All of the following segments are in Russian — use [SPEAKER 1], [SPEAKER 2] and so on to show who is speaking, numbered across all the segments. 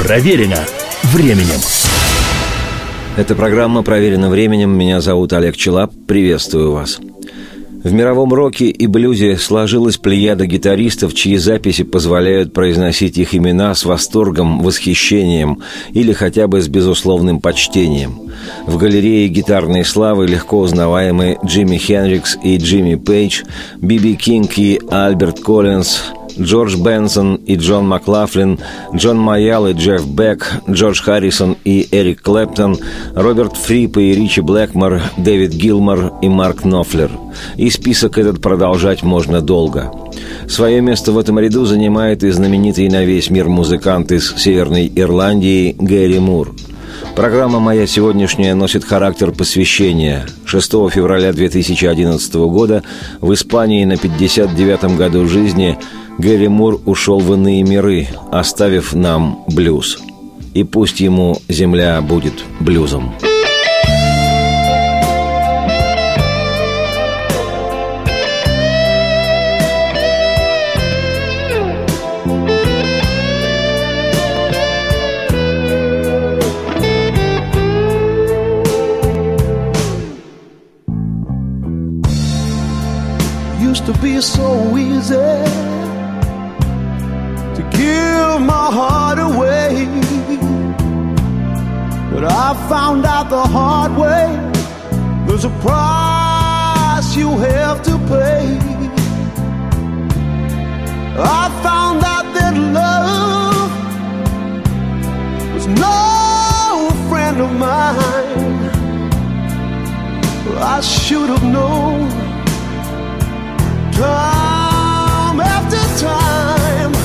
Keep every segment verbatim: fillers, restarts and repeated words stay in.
[SPEAKER 1] Проверено временем.
[SPEAKER 2] Это программа «Проверено временем». Меня зовут Олег Челап. Приветствую вас. В мировом роке и блюзе сложилась плеяда гитаристов, чьи записи позволяют произносить их имена с восторгом, восхищением или хотя бы с безусловным почтением. В галерее гитарной славы легко узнаваемые Джимми Хендрикс и Джимми Пейдж, Би Би Кинг и Альберт Коллинз, Джордж Бенсон и Джон Маклафлин, Джон Майал и Джефф Бек, Джордж Харрисон и Эрик Клэптон, Роберт Фрип и Ричи Блэкмор, Дэвид Гилмор и Марк Knopfler. И список этот продолжать можно долго. Свое место в этом ряду занимает и знаменитый на весь мир музыкант из Северной Ирландии Гэри Мур. Программа моя сегодняшняя носит характер посвящения. шестого февраля две тысячи одиннадцатого года в Испании на пятьдесят девятом году жизни Гэри Мур ушел в иные миры, оставив нам блюз. И пусть ему земля будет блюзом.
[SPEAKER 3] Used to be so easy to give my heart away, but I found out the hard way there's a price you have to pay. I found out that love was no friend of mine. I should have known time after time.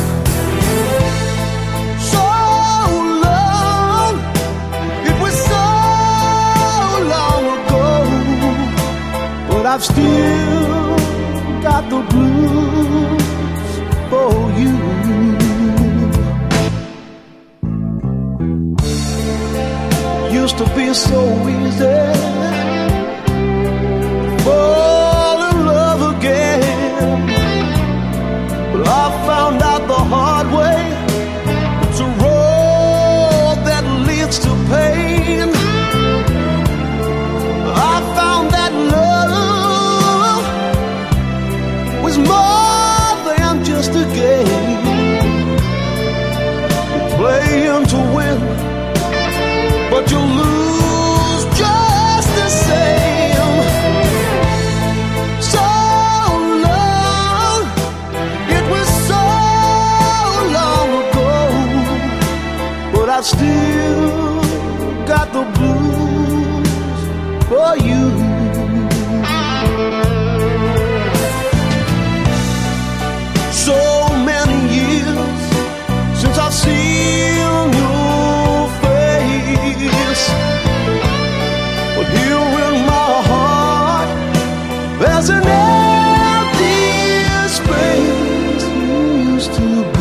[SPEAKER 3] So long, it was so long ago, but I've still got the blues for you. Used to be so easy fall in love again, but I found out the hard way it's a road that leads to pain. I found that love was more than just a game. You're playing to win, but you lose just the same. So long, it was so long ago, but I've still got the blues for you. So many years since I've seen your face, but here in my heart there's an empty space you used to be.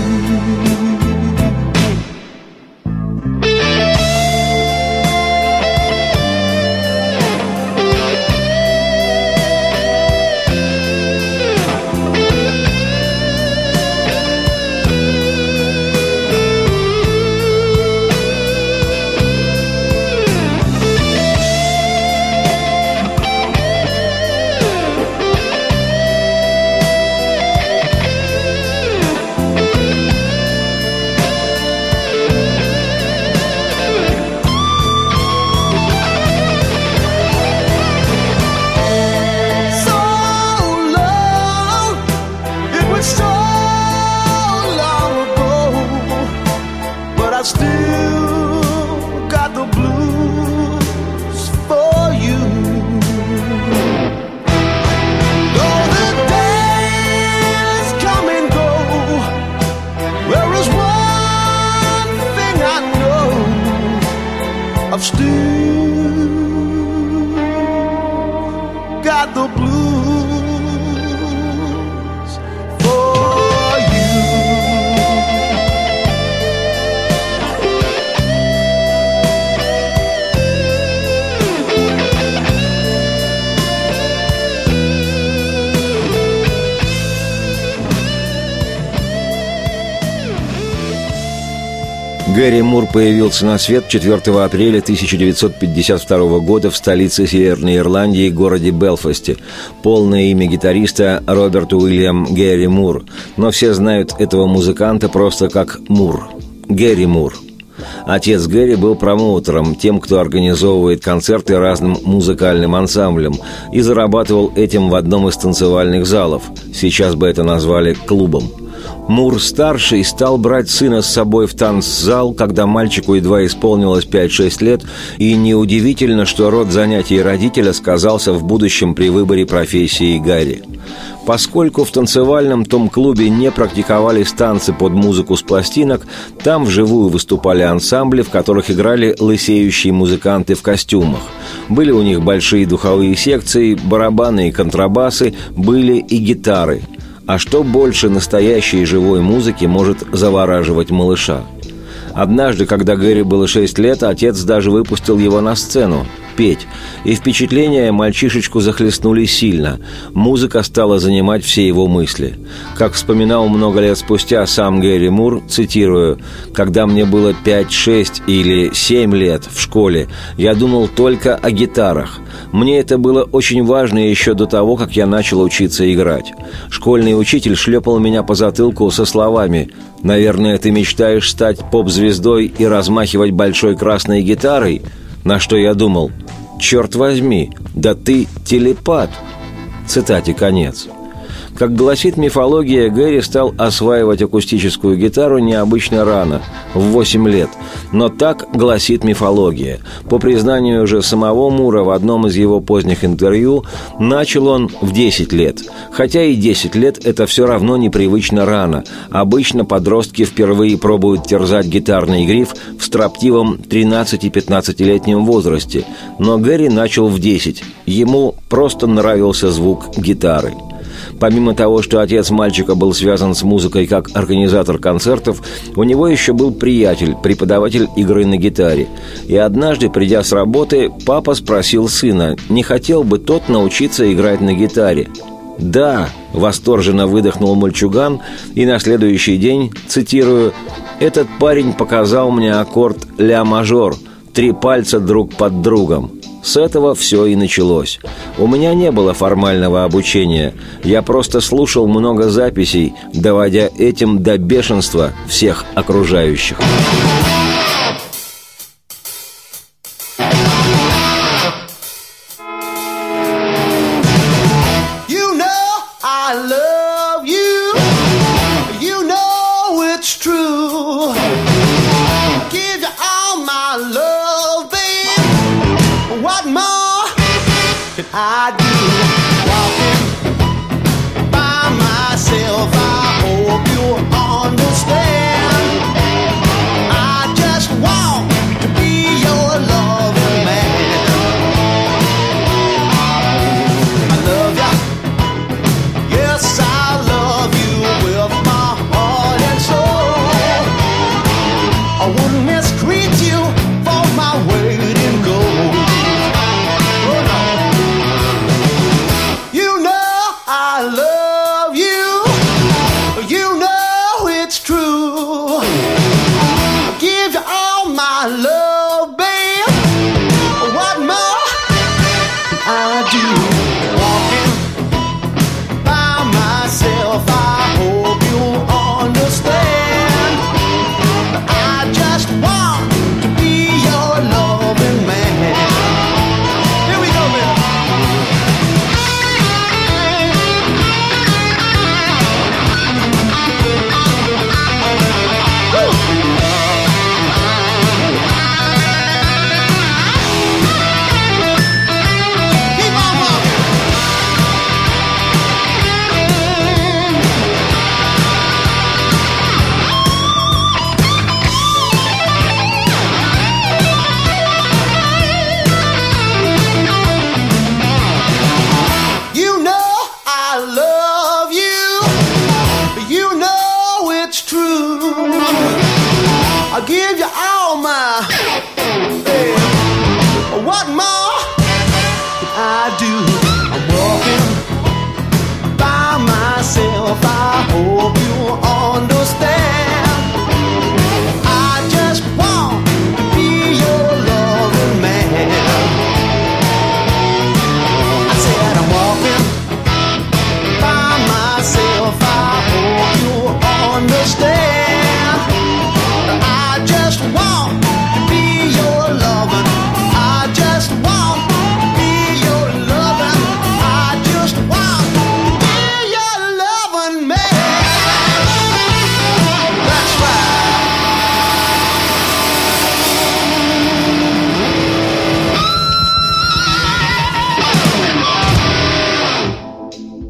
[SPEAKER 3] I've still got the blues for you.
[SPEAKER 2] Гэри Мур появился на свет четвёртого апреля тысяча девятьсот пятьдесят второго года в столице Северной Ирландии, городе Белфасте. Полное имя гитариста – Роберт Уильям Гэри Мур, но все знают этого музыканта просто как Мур. Гэри Мур. Отец Гэри был промоутером, тем, кто организовывает концерты разным музыкальным ансамблям, и зарабатывал этим в одном из танцевальных залов. Сейчас бы это назвали клубом. Мур-старший стал брать сына с собой в танцзал, когда мальчику едва исполнилось пять-шесть лет, и неудивительно, что род занятий родителя сказался в будущем при выборе профессии Гарри. Поскольку в танцевальном том клубе не практиковались танцы под музыку с пластинок, там вживую выступали ансамбли, в которых играли лысеющие музыканты в костюмах. Были у них большие духовые секции, барабаны и контрабасы, были и гитары. А что больше настоящей живой музыки может завораживать малыша? Однажды, когда Гэри было шесть лет, отец даже выпустил его на сцену петь, и впечатления мальчишечку захлестнули сильно. Музыка стала занимать все его мысли. Как вспоминал много лет спустя сам Гэри Мур, цитирую: «Когда мне было пять-шесть или семь лет в школе, я думал только о гитарах. Мне это было очень важно еще до того, как я начал учиться играть. Школьный учитель шлепал меня по затылку со словами: «Наверное, ты мечтаешь стать поп-звездой и размахивать большой красной гитарой?» На что я думал: «Черт возьми, да ты телепат!» Цитате конец. Как гласит мифология, Гэри стал осваивать акустическую гитару необычно рано, в восемь лет. Но так гласит мифология. По признанию же самого Мура в одном из его поздних интервью, начал он в десять лет. Хотя и десять лет – это все равно непривычно рано. Обычно подростки впервые пробуют терзать гитарный гриф в строптивом тринадцати-пятнадцатилетнем возрасте. Но Гэри начал в десять. Ему просто нравился звук гитары. Помимо того, что отец мальчика был связан с музыкой как организатор концертов, у него еще был приятель, преподаватель игры на гитаре. И однажды, придя с работы, папа спросил сына, не хотел бы тот научиться играть на гитаре. «Да», – восторженно выдохнул мальчуган, и на следующий день, цитирую, «этот парень показал мне аккорд ля-мажор, три пальца друг под другом». С этого все и началось. У меня не было формального обучения. Я просто слушал много записей, доводя этим до бешенства всех окружающих.
[SPEAKER 3] I do. Walking by myself, I hope you understand. I just want to be your loving man. I love you, yes I love you with my heart and soul. I wouldn't mistreat you for my weight in gold. I love you, you know it's true. I give you all my love, babe. What more can I do? Walking by myself, I hope you understand. I just want to be your loving man. Here we go, baby. I'll give you all my, hey, what more can I do? I'm walking by myself, I hope you understand. I just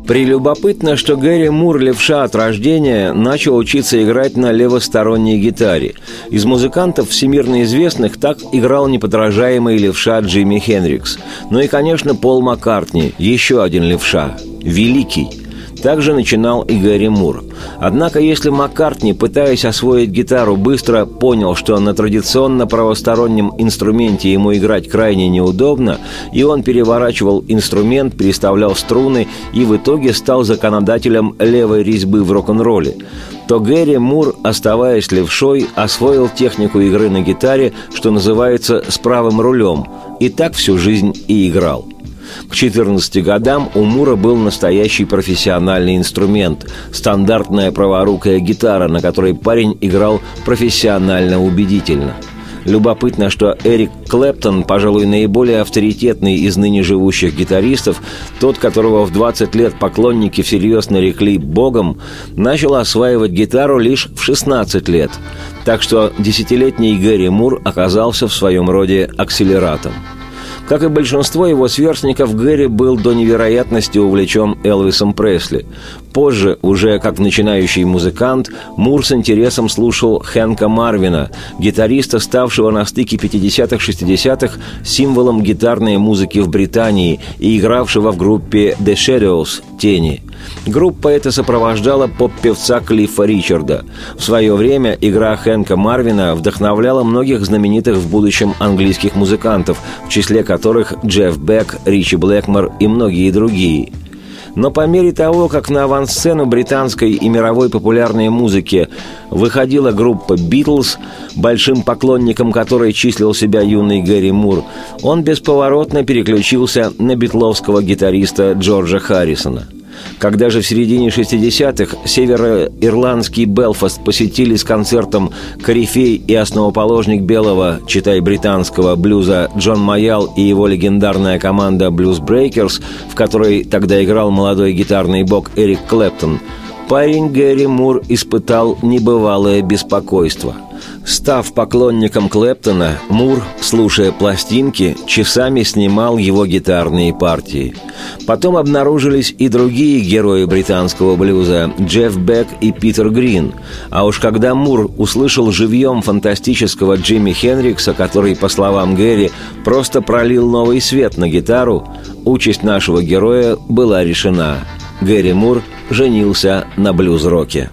[SPEAKER 2] Прелюбопытно, что Гэри Мур, левша от рождения, начал учиться играть на левосторонней гитаре. Из музыкантов всемирно известных так играл неподражаемый левша Джимми Хендрикс. Ну и, конечно, Пол Маккартни, еще один левша, великий. Также начинал и Гэри Мур. Однако, если Маккартни, пытаясь освоить гитару, быстро понял, что на традиционно правостороннем инструменте ему играть крайне неудобно, и он переворачивал инструмент, переставлял струны и в итоге стал законодателем левой резьбы в рок-н-ролле, то Гэри Мур, оставаясь левшой, освоил технику игры на гитаре, что называется, с правым рулем, и так всю жизнь и играл. К четырнадцати годам у Мура был настоящий профессиональный инструмент – стандартная праворукая гитара, на которой парень играл профессионально убедительно. Любопытно, что Эрик Клэптон, пожалуй, наиболее авторитетный из ныне живущих гитаристов, тот, которого в двадцать лет поклонники всерьез нарекли богом, начал осваивать гитару лишь в шестнадцать лет. Так что десятилетний Гэри Мур оказался в своем роде акселератом. Как и большинство его сверстников, Гэри был до невероятности увлечен Элвисом Пресли. Позже, уже как начинающий музыкант, Мур с интересом слушал Хэнка Марвина, гитариста, ставшего на стыке пятидесятых-шестидесятых символом гитарной музыки в Британии и игравшего в группе The Shadows «Тени». Группа эта сопровождала поп-певца Клиффа Ричарда. В свое время игра Хэнка Марвина вдохновляла многих знаменитых в будущем английских музыкантов, в числе которых Джефф Бек, Ричи Блэкмор и многие другие. Но по мере того, как на авансцену британской и мировой популярной музыки выходила группа «Битлз», большим поклонником которой числил себя юный Гэри Мур, он бесповоротно переключился на битловского гитариста Джорджа Харрисона. Когда же в середине шестидесятых североирландский Белфаст посетили с концертом корифей и основоположник белого, читай британского, блюза Джон Майял и его легендарная команда Blues Breakers, в которой тогда играл молодой гитарный бог Эрик Клэптон, парень Гэри Мур испытал небывалое беспокойство. Став поклонником Клэптона, Мур, слушая пластинки, часами снимал его гитарные партии. Потом обнаружились и другие герои британского блюза – Джефф Бек и Питер Грин. А уж когда Мур услышал живьем фантастического Джимми Хендрикса, который, по словам Гэри, просто пролил новый свет на гитару, участь нашего героя была решена. Гэри Мур женился на блюз-роке.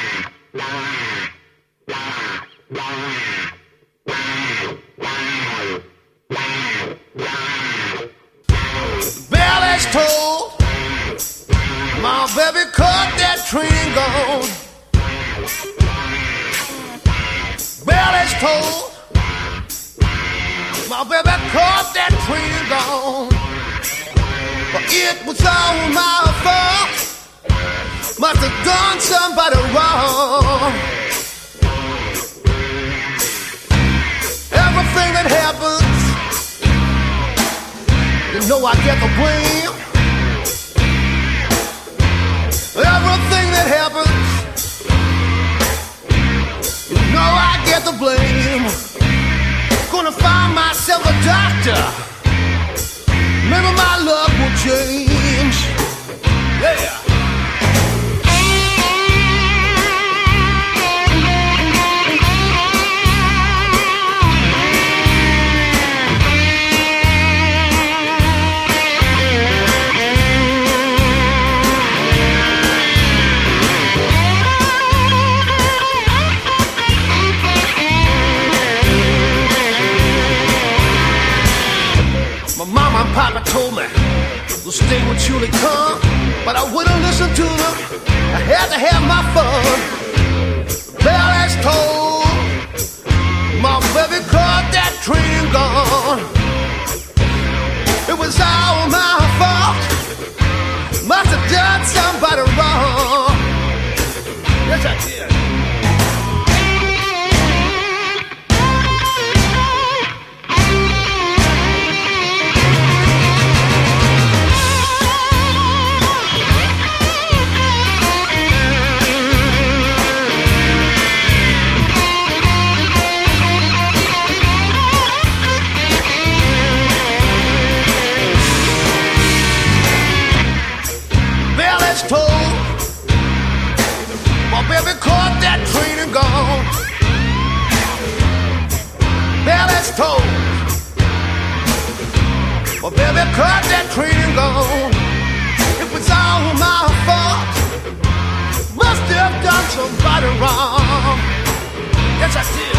[SPEAKER 3] My baby caught that train gone. Well, it's told. My baby caught that train gone. But it was all my fault. Must have done somebody wrong. Everything that happens, you know I get the blame. Everything that happens, you know I get the blame. Gonna find myself a doctor. Maybe my luck will change. Yeah. Papa told me the state would surely come, but I wouldn't listen to them. I had to have my fun. Bell has told, my baby caught that train gone. It was all my fault. Must have done somebody wrong. Yes, I did. Well, Oh, baby, cut that train and go. It was all my fault. Must have done somebody wrong. Yes, I did.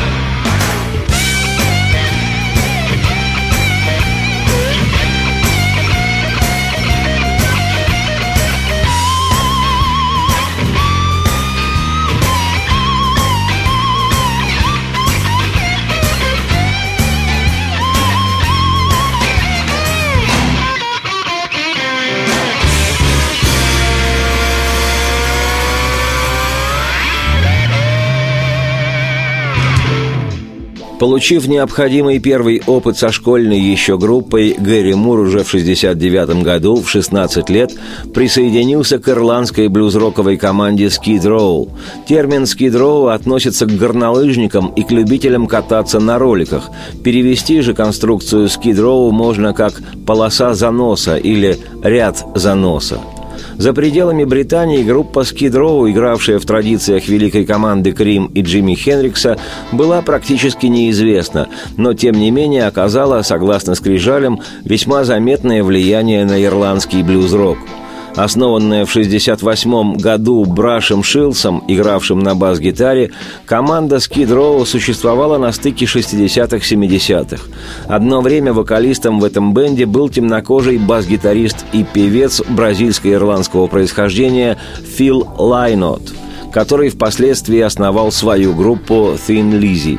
[SPEAKER 2] Получив необходимый первый опыт со школьной еще группой, Гэри Мур уже в шестьдесят девятом году, в шестнадцать лет, присоединился к ирландской блюз-роковой команде Skid Row. Термин Skid Row относится к горнолыжникам и к любителям кататься на роликах. Перевести же конструкцию Skid Row можно как «полоса заноса» или «ряд заноса». За пределами Британии группа Skid Row, игравшая в традициях великой команды Крим и Джимми Хендрикса, была практически неизвестна, но тем не менее оказала, согласно скрижалям, весьма заметное влияние на ирландский блюз-рок. Основанная в шестьдесят восьмом году Брашем Шилсом, игравшим на бас-гитаре, команда Skid Row существовала на стыке шестидесятых-семидесятых. Одно время вокалистом в этом бенде был темнокожий бас-гитарист и певец бразильско-ирландского происхождения Фил Лайнот, который впоследствии основал свою группу Thin Lizzy,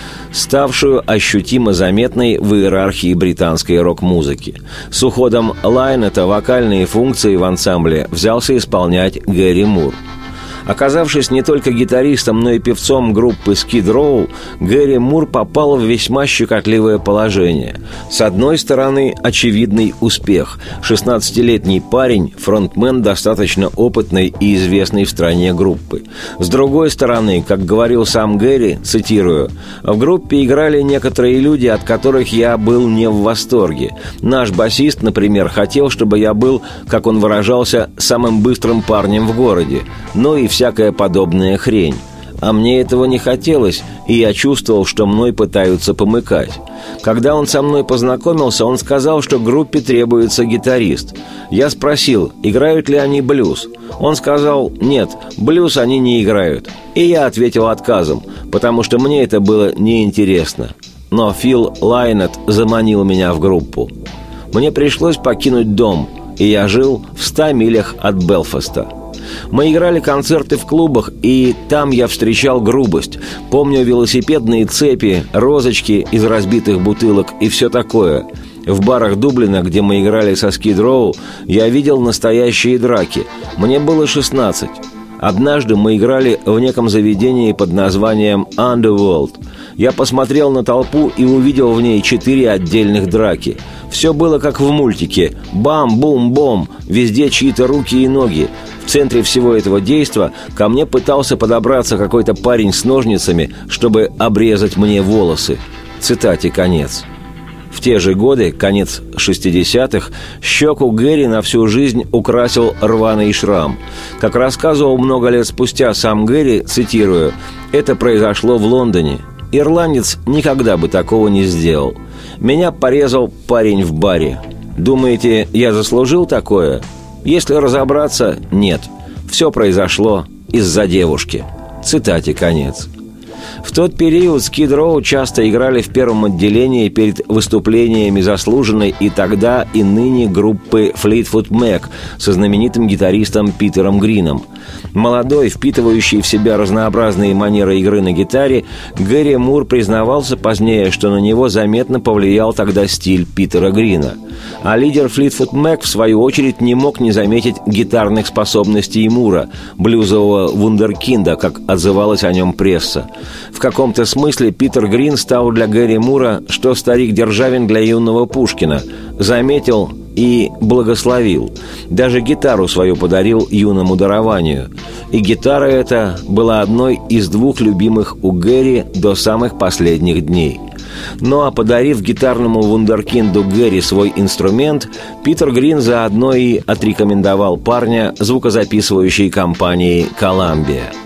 [SPEAKER 2] ставшую ощутимо заметной в иерархии британской рок-музыки. С уходом Лайнета вокальные функции в ансамбле взялся исполнять Гэри Мур. Оказавшись не только гитаристом, но и певцом группы Skid Row, Гэри Мур попал в весьма щекотливое положение. С одной стороны, очевидный успех. шестнадцатилетний парень, фронтмен достаточно опытной и известной в стране группы. С другой стороны, как говорил сам Гэри, цитирую, «В группе играли некоторые люди, от которых я был не в восторге. Наш басист, например, хотел, чтобы я был, как он выражался, самым быстрым парнем в городе. Ну и всякая подобная хрень. А мне этого не хотелось, и я чувствовал, что мной пытаются помыкать. Когда он со мной познакомился, он сказал, что группе требуется гитарист. Я спросил, играют ли они блюз. Он сказал, нет, блюз они не играют. И я ответил отказом, потому что мне это было неинтересно. Но Фил Лайнет заманил меня в группу. Мне пришлось покинуть дом, и я жил в ста милях от Белфаста. Мы играли концерты в клубах, и там я встречал грубость. Помню велосипедные цепи, розочки из разбитых бутылок и все такое. В барах Дублина, где мы играли со Skid Row, я видел настоящие драки. Мне было шестнадцать. Однажды мы играли в неком заведении под названием Underworld. Я посмотрел на толпу и увидел в ней четыре отдельных драки. Все было как в мультике. Бам-бум-бом. Везде чьи-то руки и ноги. В центре всего этого действа ко мне пытался подобраться какой-то парень с ножницами, чтобы обрезать мне волосы. Цитате конец. В те же годы, конец шестидесятых, щеку Гэри на всю жизнь украсил рваный шрам. Как рассказывал много лет спустя сам Гэри, цитирую, «Это произошло в Лондоне. Ирландец никогда бы такого не сделал. Меня порезал парень в баре. Думаете, я заслужил такое? Если разобраться, нет. Все произошло из-за девушки». Цитате конец. В тот период Skid Row часто играли в первом отделении перед выступлениями заслуженной и тогда, и ныне группы Fleetwood Mac со знаменитым гитаристом Питером Грином. Молодой, впитывающий в себя разнообразные манеры игры на гитаре, Гэри Мур признавался позднее, что на него заметно повлиял тогда стиль Питера Грина. А лидер Fleetwood Mac, в свою очередь, не мог не заметить гитарных способностей Мура, блюзового вундеркинда, как отзывалась о нем пресса. В каком-то смысле Питер Грин стал для Гэри Мура, что старик Державин для юного Пушкина. Заметил и благословил. Даже гитару свою подарил юному дарованию. И гитара эта была одной из двух любимых у Гэри до самых последних дней. Ну а подарив гитарному вундеркинду Гэри свой инструмент, Питер Грин заодно и отрекомендовал парня звукозаписывающей компании «Коламбия».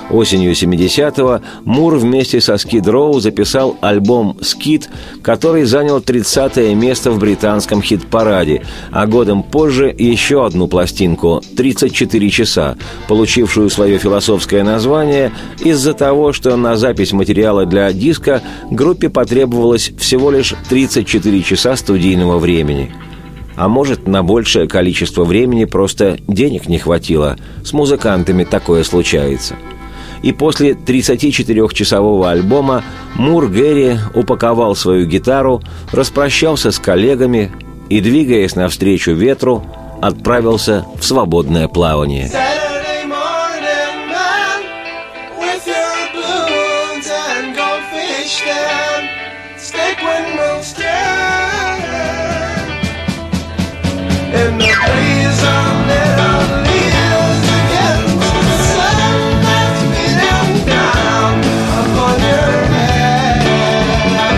[SPEAKER 2] Осенью семидесятого Мур вместе со Skid Row записал альбом «Skid», который занял тридцатое место в британском хит-параде, а годом позже еще одну пластинку «тридцать четыре часа», получившую свое философское название из-за того, что на запись материала для диска группе потребовалось всего лишь тридцать четыре часа студийного времени. А может, на большее количество времени просто денег не хватило. С музыкантами такое случается. И после тридцатичетырехчасового альбома Мур Гэри упаковал свою гитару, распрощался с коллегами и, двигаясь навстречу ветру, отправился в свободное плавание.
[SPEAKER 3] And the breeze on little leaves again. The sun that's beating down upon your head.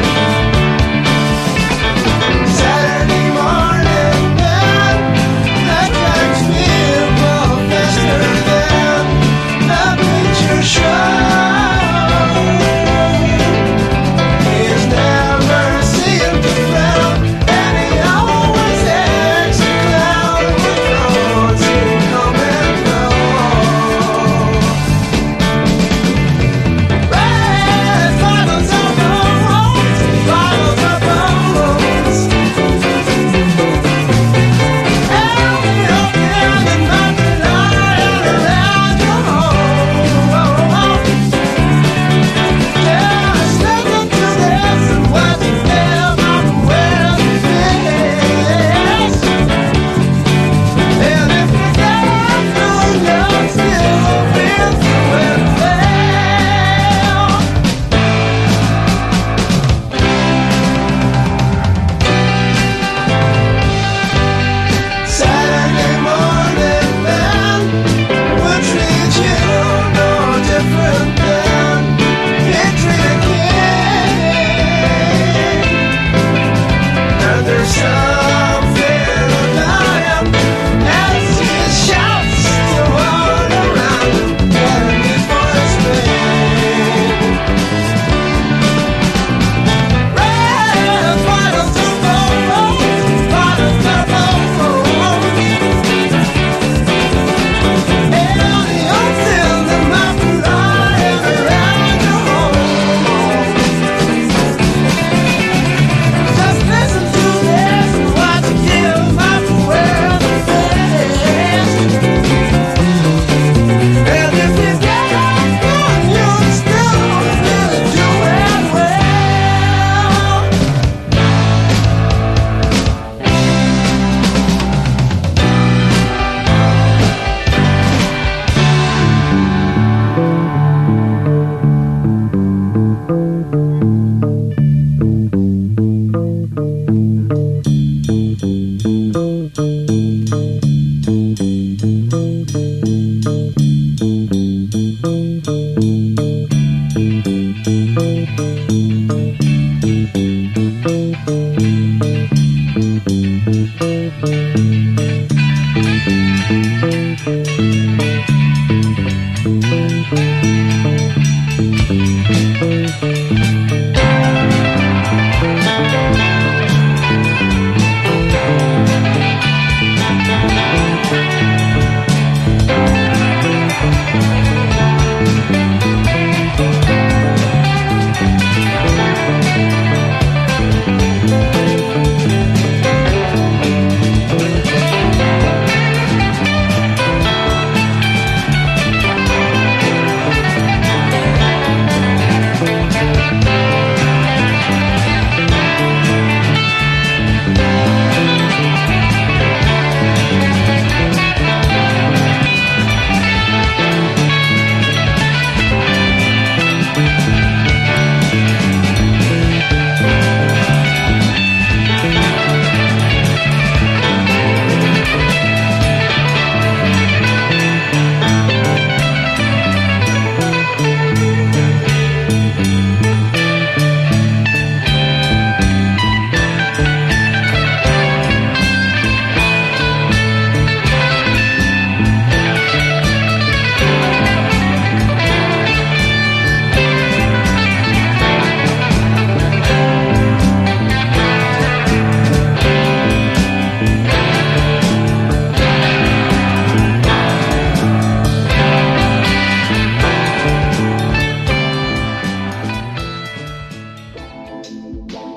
[SPEAKER 3] Saturday morning then, the tracks feel well faster than the picture shows.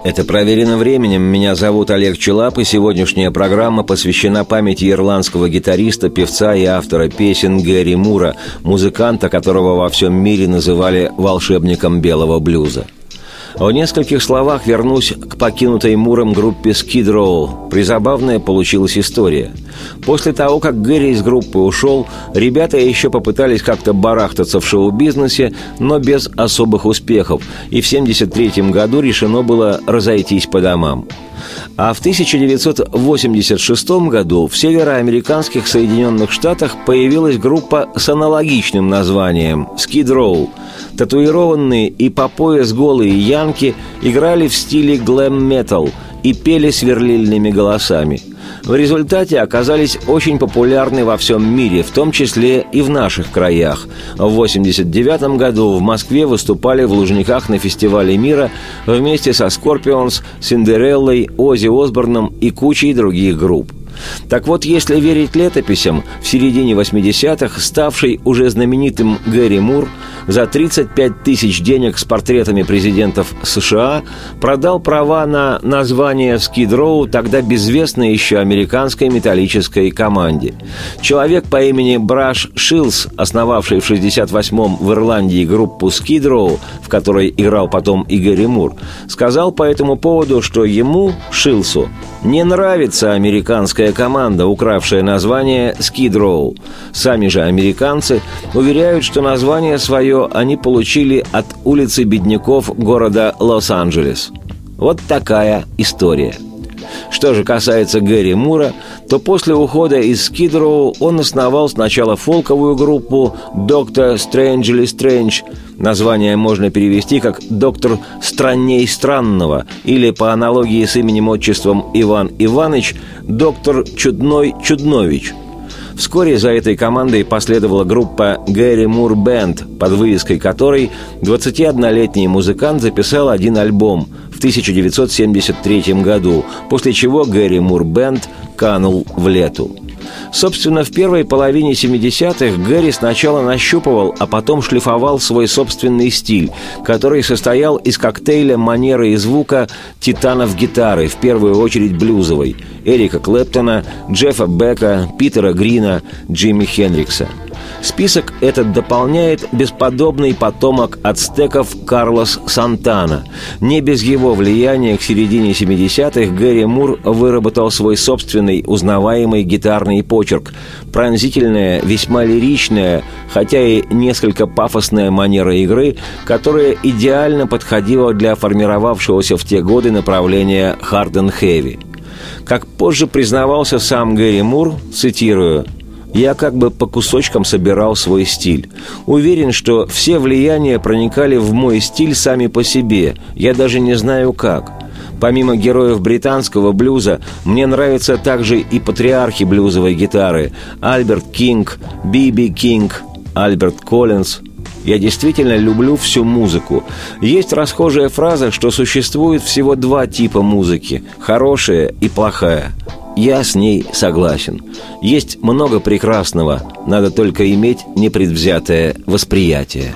[SPEAKER 2] Это «Проверено временем». Меня зовут Олег Челап, и сегодняшняя программа посвящена памяти ирландского гитариста, певца и автора песен Гэри Мура, музыканта, которого во всем мире называли волшебником белого блюза. В нескольких словах вернусь к покинутой Муром группе Skid Row. Призабавная получилась история. После того, как Гэри из группы ушел, ребята еще попытались как-то барахтаться в шоу-бизнесе, но без особых успехов, и в семьдесят третьем году решено было разойтись по домам. А в тысяча девятьсот восемьдесят шестом году в североамериканских Соединенных Штатах появилась группа с аналогичным названием Skid Row. Татуированные и по пояс голые янки играли в стиле глэм-метал и пели сверлильными голосами. В результате оказались очень популярны во всем мире, в том числе и в наших краях. В восемьдесят девятом году в Москве выступали в Лужниках на фестивале мира вместе со Scorpions, Синдереллой, Оззи Осборном и кучей других групп. Так вот, если верить летописям, в середине восьмидесятых ставший уже знаменитым Гэри Мур за тридцать пять тысяч денег с портретами президентов США продал права на название Skid Row тогда безвестной еще американской металлической команде. Человек по имени Браш Шилс, основавший в шестьдесят восьмом в Ирландии группу Skid Row, в которой играл потом и Гэри Мур, сказал по этому поводу, что ему, Шилсу, не нравится американская команда, укравшая название Skid Row. Сами же американцы уверяют, что название свое они получили от улицы бедняков города Лос-Анджелес. Вот такая история. Что же касается Гэри Мура, то после ухода из Skid Row он основал сначала фолковую группу «Доктор Strangely Strange». Название можно перевести как «Доктор Странней Странного» или, по аналогии с именем-отчеством Иван Иваныч, «Доктор Чудной Чуднович». Вскоре за этой командой последовала группа «Гэри Мур Бэнд», под вывеской которой двадцатиоднолетний музыкант записал один альбом в тысяча девятьсот семьдесят третьем году, после чего «Гэри Мур Бэнд» канул в лету. Собственно, в первой половине семидесятых Гэри сначала нащупывал, а потом шлифовал свой собственный стиль, который состоял из коктейля манеры и звука титанов гитары, в первую очередь блюзовой, Эрика Клэптона, Джеффа Бека, Питера Грина, Джимми Хендрикса. Список этот дополняет бесподобный потомок ацтеков Карлос Сантана. Не без его влияния к середине семидесятых Гэри Мур выработал свой собственный узнаваемый гитарный почерк, пронзительная, весьма лиричная, хотя и несколько пафосная манера игры, которая идеально подходила для формировавшегося в те годы направления hard and heavy. Как позже признавался сам Гэри Мур, цитирую: «Я как бы по кусочкам собирал свой стиль. Уверен, что все влияния проникали в мой стиль сами по себе. Я даже не знаю как. Помимо героев британского блюза, мне нравятся также и патриархи блюзовой гитары: Альберт Кинг, Би Би Кинг, Альберт Коллинз. Я действительно люблю всю музыку. Есть расхожая фраза, что существует всего два типа музыки – хорошая и плохая. Я с ней согласен. Есть много прекрасного, надо только иметь непредвзятое восприятие».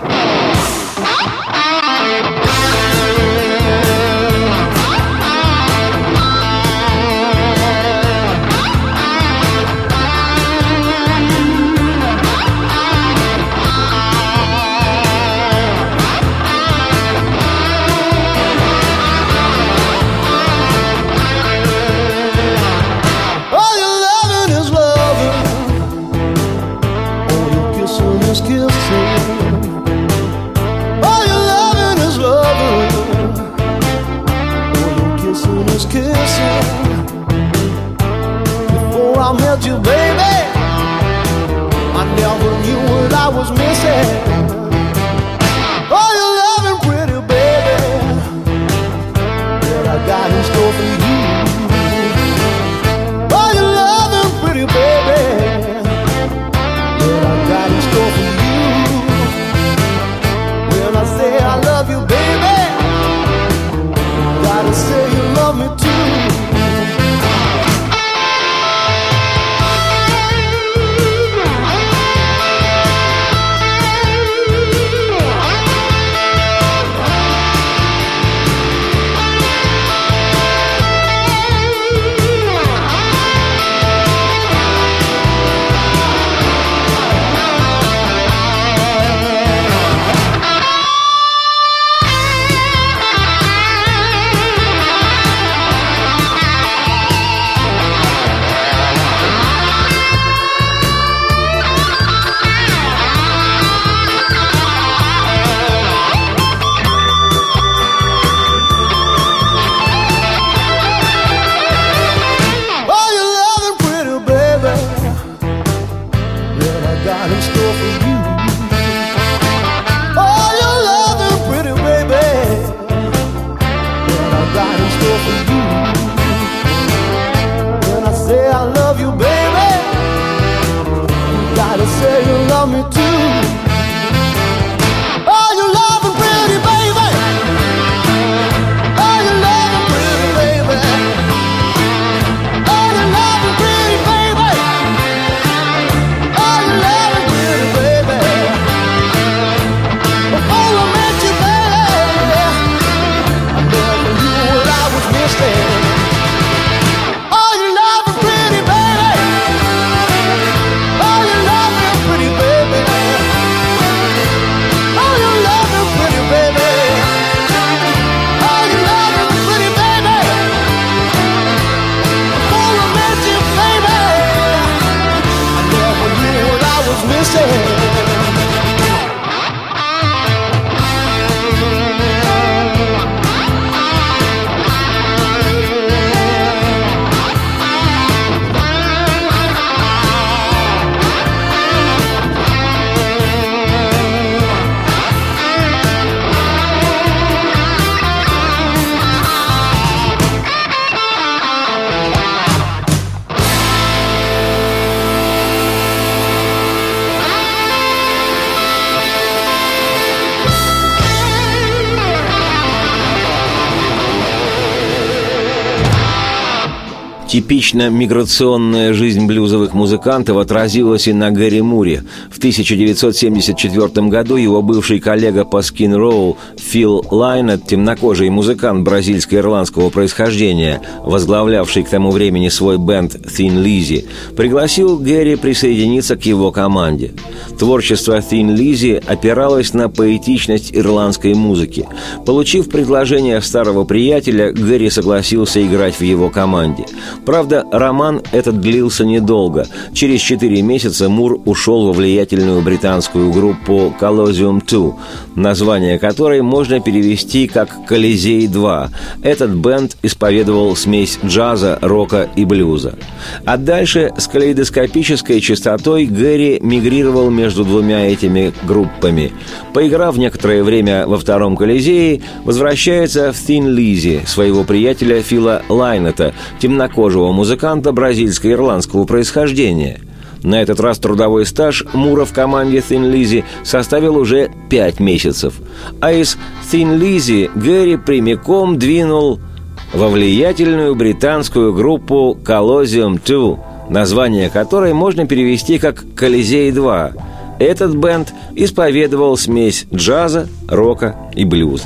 [SPEAKER 2] Типично миграционная жизнь блюзовых музыкантов отразилась и на Гэри Муре. В тысяча девятьсот семьдесят четвёртом году его бывший коллега по скин-ролл Фил Лайнет, темнокожий музыкант бразильско-ирландского происхождения, возглавлявший к тому времени свой бэнд Thin Lizzy, пригласил Гэри присоединиться к его команде. Творчество Thin Lizzy опиралось на поэтичность ирландской музыки. Получив предложение старого приятеля, Гэри согласился играть в его команде. Правда, роман этот длился недолго. Через четыре месяца Мур ушел во влиятельную британскую группу Colosseum два, название которой можно перевести как «Колизей два». Этот бэнд исповедовал смесь джаза, рока и блюза. А дальше с калейдоскопической частотой Гэри мигрировал между двумя этими группами. Поиграв некоторое время во втором «Колизее», возвращается в Thin Lizzy, своего приятеля Фила Лайнета, темнокожего музыканта бразильско-ирландского происхождения. На этот раз трудовой стаж Мура в команде Thin Lizzy составил уже пять месяцев. А из Thin Lizzy Гэри прямиком двинул во влиятельную британскую группу Colosseum два, название которой можно перевести как «Колизей два». Этот бэнд исповедовал смесь джаза, рока и блюза.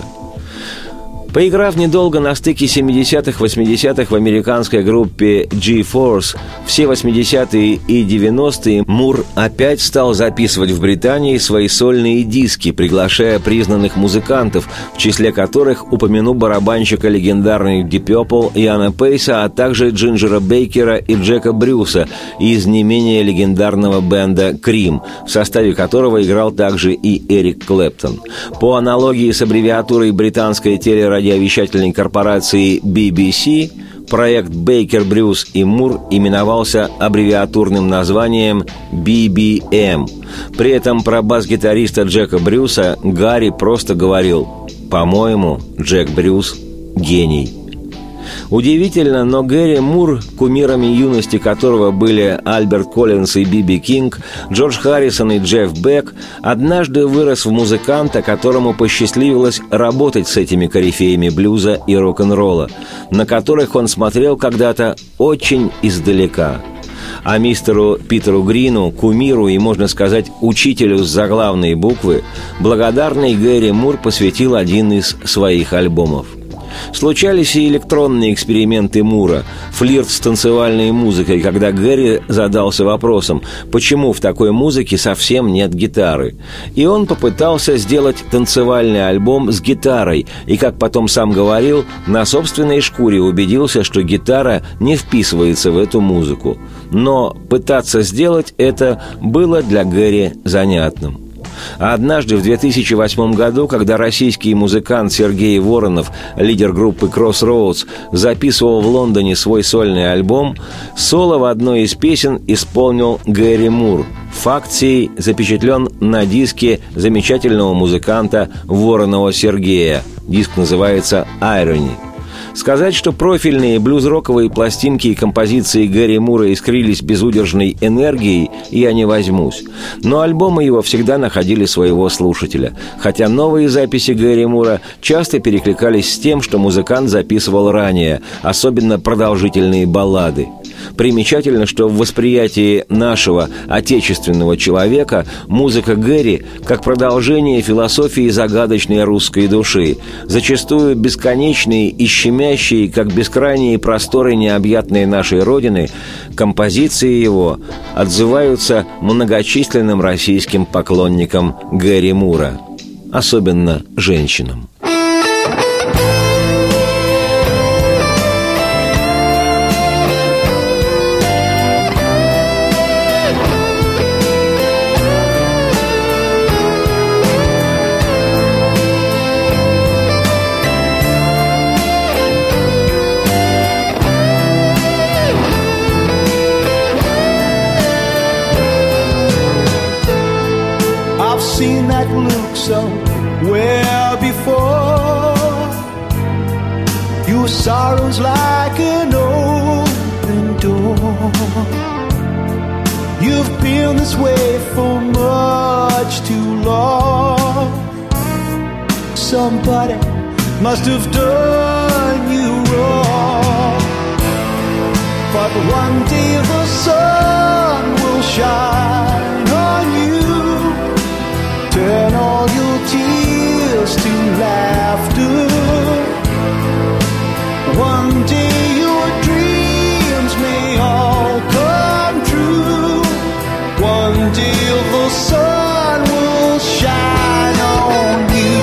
[SPEAKER 2] Поиграв недолго на стыке семидесятых-восьмидесятых в американской группе G-Force, все восьмидесятые и девяностые Мур опять стал записывать в Британии свои сольные диски, приглашая признанных музыкантов, в числе которых упомяну барабанщика легендарных Deep Purple Иана Пейса, а также Джинджера Бейкера и Джека Брюса из не менее легендарного бенда Cream, в составе которого играл также и Эрик Клэптон. По аналогии с аббревиатурой британской телерадиовещательной корпорации би би си, проект Бейкер, Брюс и Мур именовался аббревиатурным названием би би эм. При этом про бас-гитариста Джека Брюса Гарри просто говорил: «По-моему, Джек Брюс – гений». Удивительно, но Гэри Мур, кумирами юности которого были Альберт Коллинз и Би Би Кинг, Джордж Харрисон и Джефф Бек, однажды вырос в музыканта, которому посчастливилось работать с этими корифеями блюза и рок-н-ролла, на которых он смотрел когда-то очень издалека. А мистеру Питеру Грину, кумиру и, можно сказать, учителю с заглавной буквы, благодарный Гэри Мур посвятил один из своих альбомов. Случались и электронные эксперименты Мура, флирт с танцевальной музыкой, когда Гэри задался вопросом, почему в такой музыке совсем нет гитары. И он попытался сделать танцевальный альбом с гитарой, и, как потом сам говорил, на собственной шкуре убедился, что гитара не вписывается в эту музыку. Но пытаться сделать это было для Гэри занятным. А однажды в две тысячи восьмом году, когда российский музыкант Сергей Воронов, лидер группы Crossroads, записывал в Лондоне свой сольный альбом, соло в одной из песен исполнил Гэри Мур. Факт сей запечатлен на диске замечательного музыканта Воронова Сергея. Диск называется «Irony». Сказать, что профильные блюз-роковые пластинки и композиции Гэри Мура искрились безудержной энергией, я не возьмусь. Но альбомы его всегда находили своего слушателя, хотя новые записи Гэри Мура часто перекликались с тем, что музыкант записывал ранее, особенно продолжительные баллады. Примечательно, что в восприятии нашего отечественного человека музыка Гэри как продолжение философии загадочной русской души, зачастую бесконечные и щемящие, как бескрайние просторы необъятной нашей Родины, композиции его отзываются многочисленным российским поклонникам Гэри Мура, особенно женщинам.
[SPEAKER 3] Seen that look somewhere before. Your sorrow's like an open door. You've been this way for much too long. Somebody must have done you wrong. But one day the sun will shine on you, turn all your tears to laughter. One day your dreams may all come true. One day the sun will shine on you.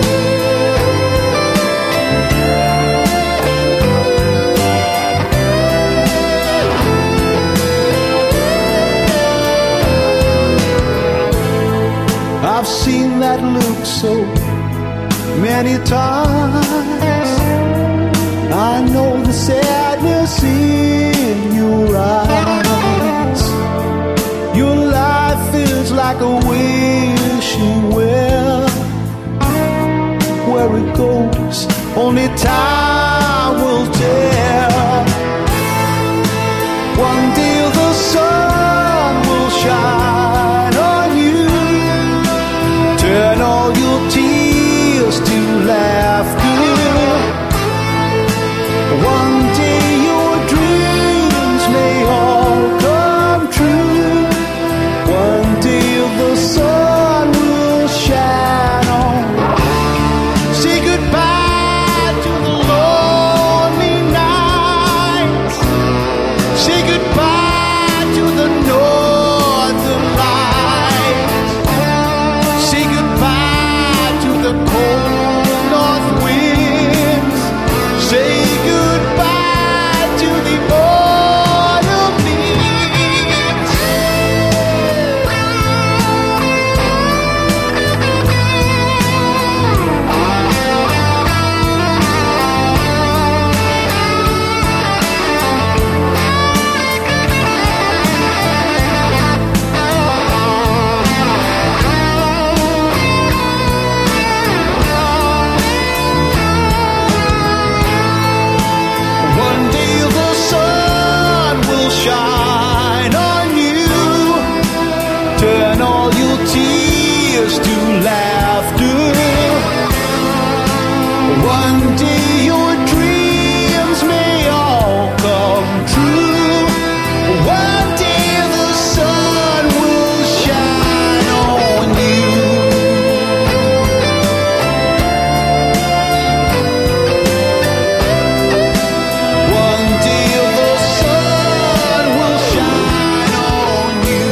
[SPEAKER 3] I've seen that look so many times. I know the sadness in your eyes. Your life is like a wishing well. Where it goes, only time will tell. One day the sun will shine on you, turn all your tears to laughter. One day your dreams may all come true. One day the sun will shine on. Say goodbye to the lonely nights. Say goodbye to the northern lights. Say goodbye to the cold north winds. Say goodbye to the autumn leaves. One day the sun will shine on you, turn all your tears to laughter. One day your dreams may all come true. One day the sun will shine on you. One day the sun will shine on you.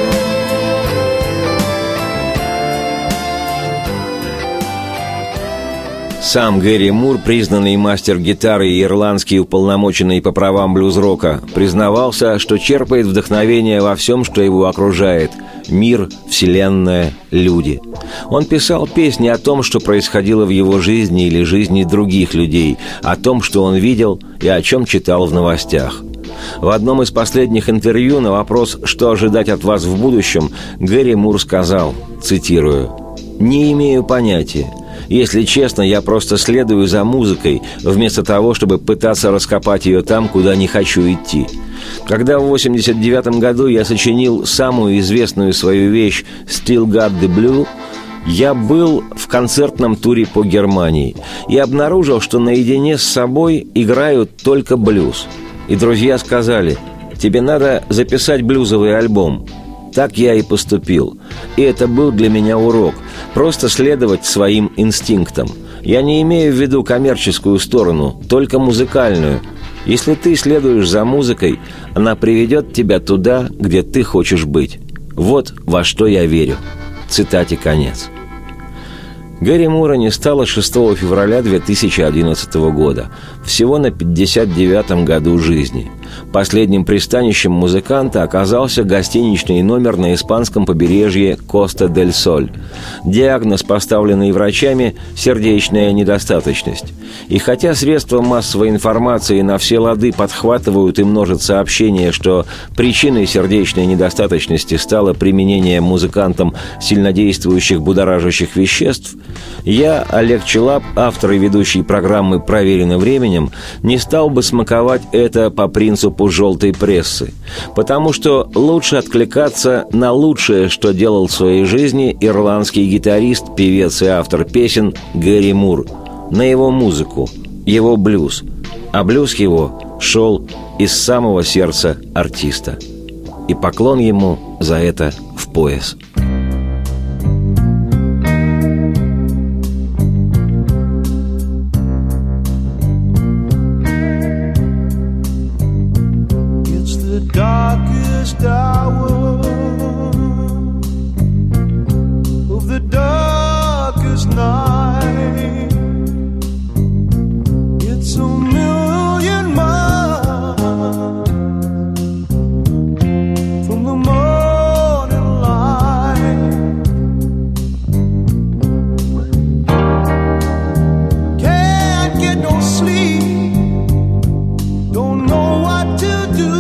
[SPEAKER 2] Сам Гэри Мур, признанный мастер гитары и ирландский уполномоченный по правам блюз-рока, признавался, что черпает вдохновение во всем, что его окружает – мир, вселенная, люди. Он писал песни о том, что происходило в его жизни или жизни других людей, о том, что он видел и о чем читал в новостях. В одном из последних интервью на вопрос, что ожидать от вас в будущем, Гэри Мур сказал, цитирую, «Не имею понятия. Если честно, я просто следую за музыкой, вместо того, чтобы пытаться раскопать ее там, куда не хочу идти. Когда в восемьдесят девятом году я сочинил самую известную свою вещь «Still Got the Blue», я был в концертном туре по Германии и обнаружил, что наедине с собой играют только блюз. И друзья сказали, тебе надо записать блюзовый альбом. Так я и поступил. И это был для меня урок. Просто следовать своим инстинктам. Я не имею в виду коммерческую сторону, только музыкальную. Если ты следуешь за музыкой, она приведет тебя туда, где ты хочешь быть. Вот во что я верю». Цитате конец. Гэри Мура не стало шестого февраля две тысячи одиннадцатого года, всего на пятьдесят девятом году жизни. Последним пристанищем музыканта оказался гостиничный номер на испанском побережье Коста-дель-Соль. Диагноз, поставленный врачами – сердечная недостаточность. И хотя средства массовой информации на все лады подхватывают и множат сообщения, что причиной сердечной недостаточности стало применение музыкантом сильнодействующих будоражащих веществ, я, Олег Челап, автор и ведущий программы «Проверено временем», не стал бы смаковать это по принципу желтой прессы, потому что лучше откликаться на лучшее, что делал в своей жизни ирландский гитарист, певец и автор песен Гэри Мур, на его музыку, его блюз, а блюз его шел из самого сердца артиста. И поклон ему за это в пояс.
[SPEAKER 3] Darkest hour of the darkest night. It's a million miles from the morning light. Can't get no sleep, don't know what to do.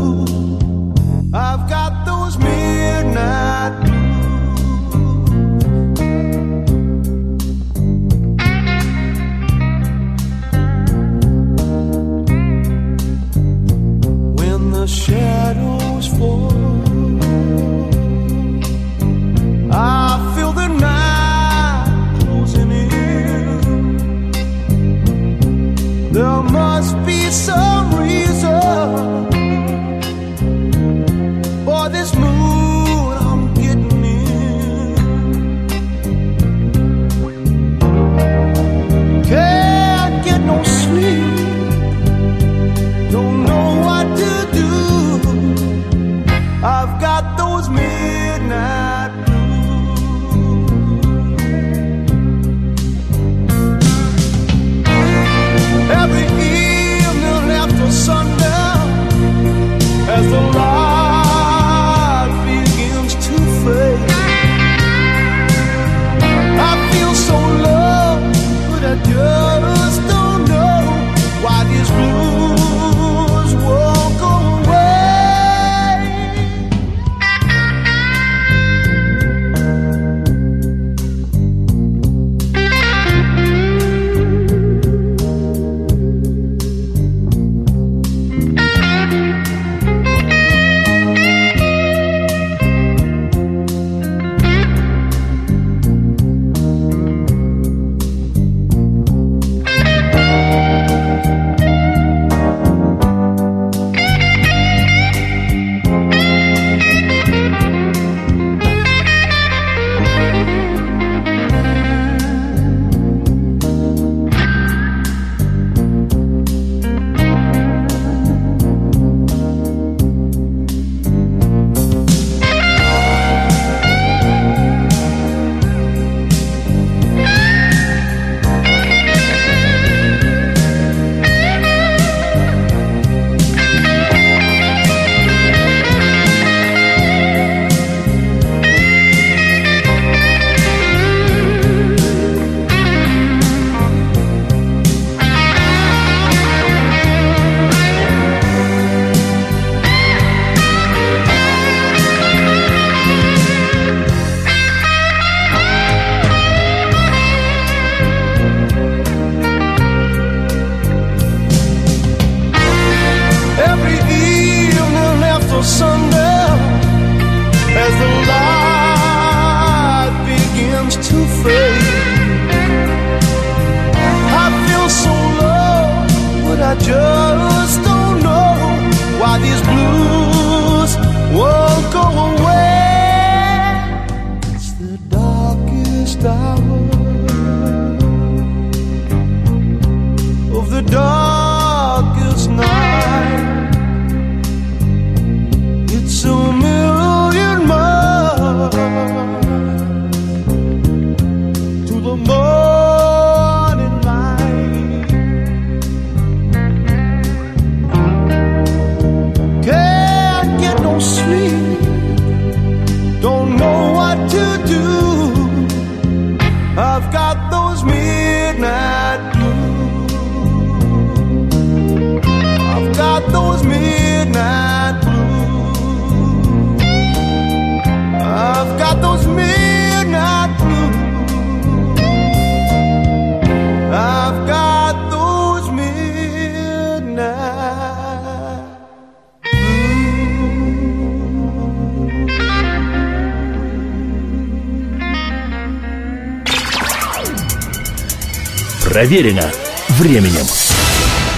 [SPEAKER 3] I've got those midnight blues. When the shadows fall, I feel the night closing in. There must be some reason for this mood I'm getting in. Can't get no sleep, don't know what to do. I've got those midnight blues. Every evening after sundown, as the light begins to fade, I feel so low, but I just don't know why these blues won't go away. Sundown, as the light begins to fade, I feel so low, but I just don't know why these blues won't go away. It's the darkest hour of the darkest night. It's a million miles to the morning light. Can't get no sleep, don't know what to do. I've got those midnight blues. I've got those midnight blues. I've got those midnight blues. I've got those midnight
[SPEAKER 1] Проверено временем.